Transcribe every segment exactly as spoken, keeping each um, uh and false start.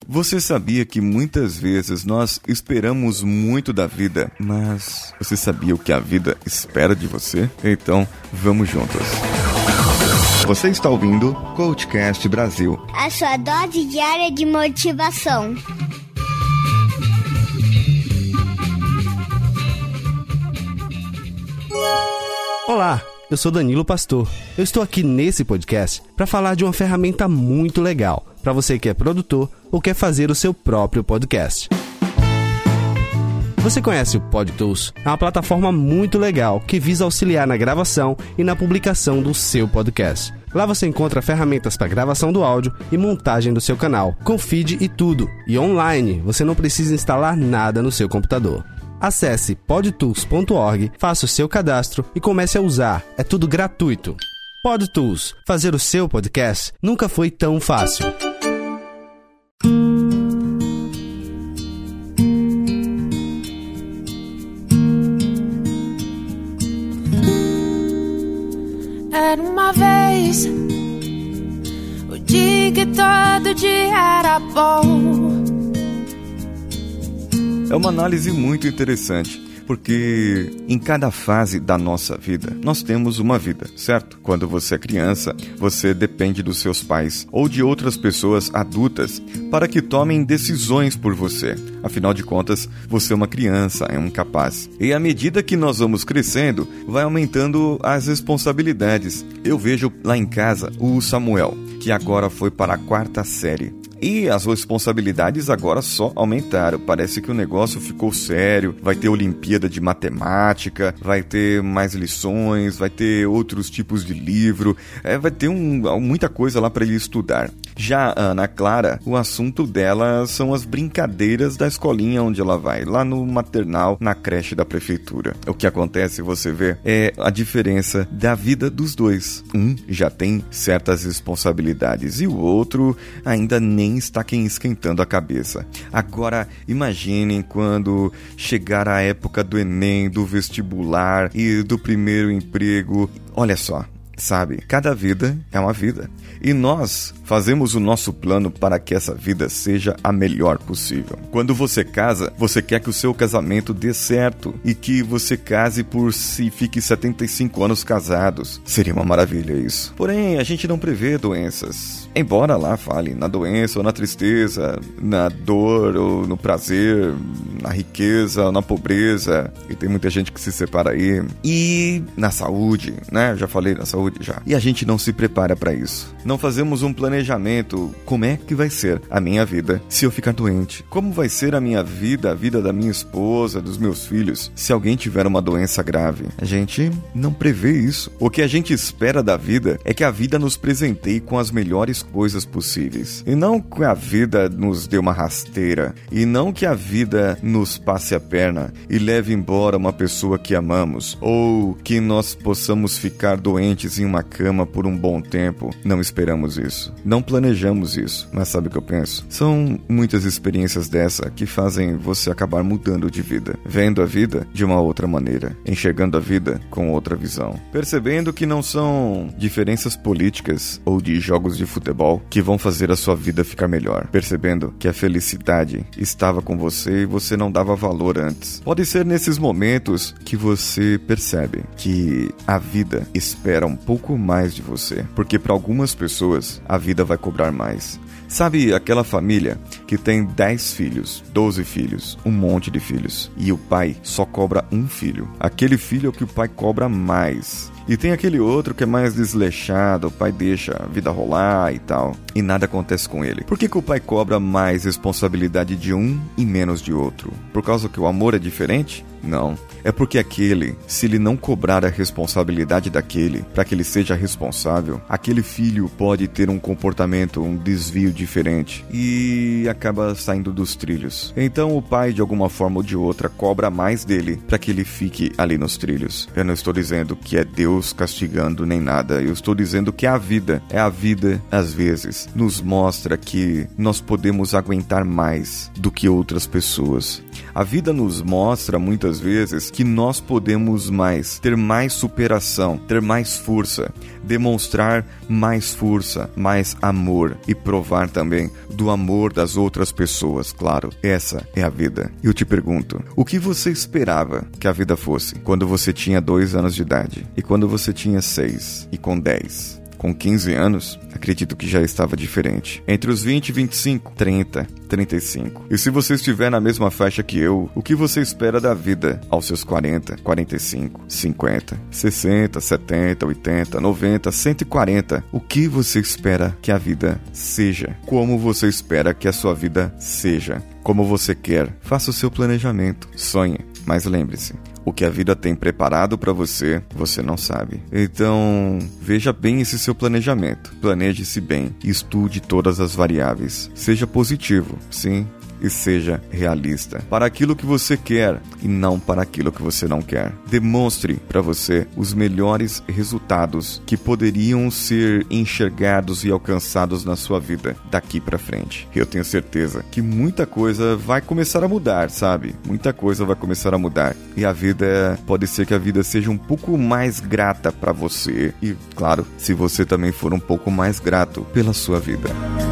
Você sabia que muitas vezes nós esperamos muito da vida, mas você sabia o que a vida espera de você? Então, vamos juntos. Você está ouvindo Coachcast Brasil, a sua dose diária de motivação. Olá, eu sou Danilo Pastor. Eu estou aqui nesse podcast para falar de uma ferramenta muito legal para você que é produtor ou quer fazer o seu próprio podcast. Você conhece o PodTools? É uma plataforma muito legal que visa auxiliar na gravação e na publicação do seu podcast. Lá você encontra ferramentas para gravação do áudio e montagem do seu canal, com feed e tudo. E online, você não precisa instalar nada no seu computador. Acesse podtools ponto org, faça o seu cadastro e comece a usar. É tudo gratuito. PodTools. Fazer o seu podcast nunca foi tão fácil. Era uma vez o dia que todo dia era bom. É uma análise muito interessante, porque em cada fase da nossa vida, nós temos uma vida, certo? Quando você é criança, você depende dos seus pais ou de outras pessoas adultas para que tomem decisões por você. Afinal de contas, você é uma criança, é um capaz. E à medida que nós vamos crescendo, vai aumentando as responsabilidades. Eu vejo lá em casa o Samuel, que agora foi para a quarta série. E as responsabilidades agora só aumentaram. Parece que o negócio ficou sério. Vai ter Olimpíada de Matemática, vai ter mais lições, vai ter outros tipos de livro, é, vai ter um, muita coisa lá para ele estudar. Já a Ana Clara, o assunto dela são as brincadeiras da escolinha onde ela vai, lá no maternal, na creche da prefeitura. O que acontece, você vê, é a diferença da vida dos dois. Um já tem certas responsabilidades e o outro ainda nem está quem esquentando a cabeça. Agora, imaginem quando chegar a época do Enem, do vestibular e do primeiro emprego. Olha só, sabe, cada vida é uma vida. E nós fazemos o nosso plano para que essa vida seja a melhor possível. Quando você casa, você quer que o seu casamento dê certo e que você case por si, fique setenta e cinco anos casados. Seria uma maravilha isso. Porém, a gente não prevê doenças. Embora lá fale na doença ou na tristeza, na dor ou no prazer, na riqueza ou na pobreza. E tem muita gente que se separa aí. E na saúde, né? Já falei na saúde já. E a gente não se prepara para isso. Não fazemos um planejamento. Como é que vai ser a minha vida se eu ficar doente? Como vai ser a minha vida, a vida da minha esposa, dos meus filhos, se alguém tiver uma doença grave? A gente não prevê isso. O que a gente espera da vida é que a vida nos presenteie com as melhores coisas possíveis. E não que a vida nos dê uma rasteira. E não que a vida nos passe a perna e leve embora uma pessoa que amamos. Ou que nós possamos ficar doentes em uma cama por um bom tempo. Não esperamos isso. Não planejamos isso. Mas sabe o que eu penso? São muitas experiências dessa que fazem você acabar mudando de vida. Vendo a vida de uma outra maneira. Enxergando a vida com outra visão. Percebendo que não são diferenças políticas ou de jogos de futebol que vão fazer a sua vida ficar melhor. Percebendo que a felicidade estava com você e você não dava valor antes. Pode ser nesses momentos que você percebe que a vida espera um pouco mais de você. Porque para algumas pessoas, a vida vai cobrar mais. Sabe aquela família que tem dez filhos, doze filhos, um monte de filhos, e o pai só cobra um filho? Aquele filho é o que o pai cobra mais. E tem aquele outro que é mais desleixado, o pai deixa a vida rolar e tal, e nada acontece com ele. Por que que o pai cobra mais responsabilidade de um e menos de outro? Por causa que o amor é diferente? Não. É porque aquele, se ele não cobrar a responsabilidade daquele, para que ele seja responsável, aquele filho pode ter um comportamento, um desvio diferente e acaba saindo dos trilhos. Então o pai, de alguma forma ou de outra, cobra mais dele para que ele fique ali nos trilhos. Eu não estou dizendo que é Deus castigando nem nada. Eu estou dizendo que a vida, é a vida, às vezes, nos mostra que nós podemos aguentar mais do que outras pessoas. A vida nos mostra, muitas vezes, que nós podemos mais, ter mais superação, ter mais força. demonstrar mais força, mais amor e provar também do amor das outras pessoas, claro. Essa é a vida. Eu te pergunto, o que você esperava que a vida fosse quando você tinha dois anos de idade? E quando você tinha seis? E com dez? Com quinze anos, acredito que já estava diferente. Entre os vinte e vinte e cinco, trinta, trinta e cinco. E se você estiver na mesma faixa que eu, o que você espera da vida aos seus quarenta, quarenta e cinco, cinquenta, sessenta, setenta, oitenta, noventa, cento e quarenta? O que você espera que a vida seja? Como você espera que a sua vida seja? Como você quer? Faça o seu planejamento. Sonhe. Mas lembre-se, o que a vida tem preparado para você, você não sabe. Então, veja bem esse seu planejamento. Planeje-se bem e estude todas as variáveis. Seja positivo, sim, e seja realista. Para aquilo que você quer e não para aquilo que você não quer. Demonstre para você os melhores resultados que poderiam ser enxergados e alcançados na sua vida daqui para frente. Eu tenho certeza que muita coisa vai começar a mudar, sabe? Muita coisa vai começar a mudar. E a vida, pode ser que a vida seja um pouco mais grata para você. E, claro, se você também for um pouco mais grato pela sua vida.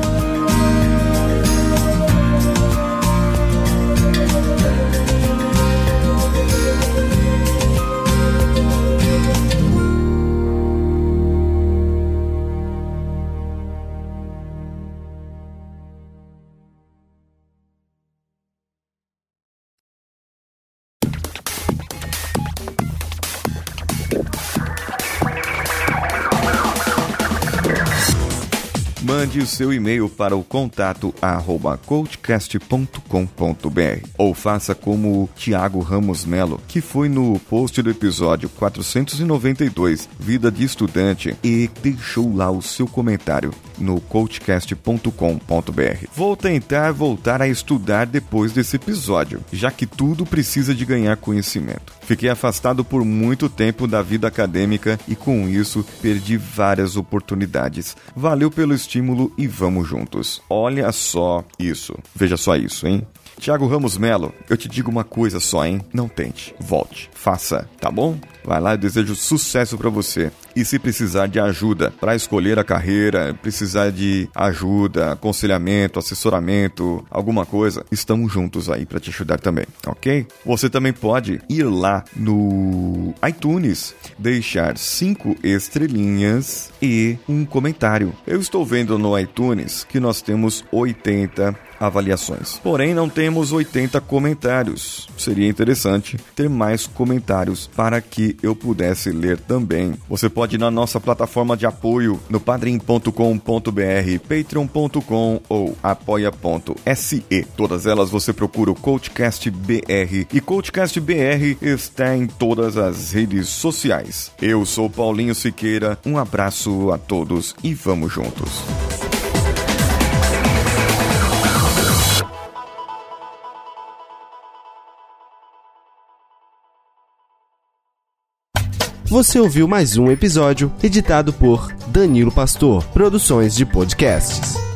Mande o seu e-mail para o contato arroba coachcast ponto com ponto br ou faça como o Thiago Ramos Melo, que foi no post do episódio quatrocentos e noventa e dois, Vida de Estudante, e deixou lá o seu comentário no coachcast ponto com ponto br. Vou tentar voltar a estudar depois desse episódio, já que tudo precisa de ganhar conhecimento. Fiquei afastado por muito tempo da vida acadêmica e com isso perdi várias oportunidades. Valeu pelo estímulo e vamos juntos. Olha só isso. Veja só isso, hein? Thiago Ramos Melo, eu te digo uma coisa só, hein? Não tente, volte, faça, tá bom? Vai lá, eu desejo sucesso pra você. E se precisar de ajuda para escolher a carreira, precisar de ajuda, aconselhamento, assessoramento, alguma coisa, estamos juntos aí para te ajudar também, ok? Você também pode ir lá no iTunes, deixar cinco estrelinhas e um comentário. Eu estou vendo no iTunes que nós temos oitenta avaliações, porém não temos oitenta comentários. Seria interessante ter mais comentários para que eu pudesse ler também. Você pode ir na nossa plataforma de apoio no padrim ponto com ponto br, patreon ponto com ou apoia ponto se. Todas elas você procura o Coachcast B R e Coachcast B R está em todas as redes sociais. Eu sou Paulinho Siqueira, um abraço a todos e vamos juntos. Você ouviu mais um episódio editado por Danilo Pastor, Produções de Podcasts.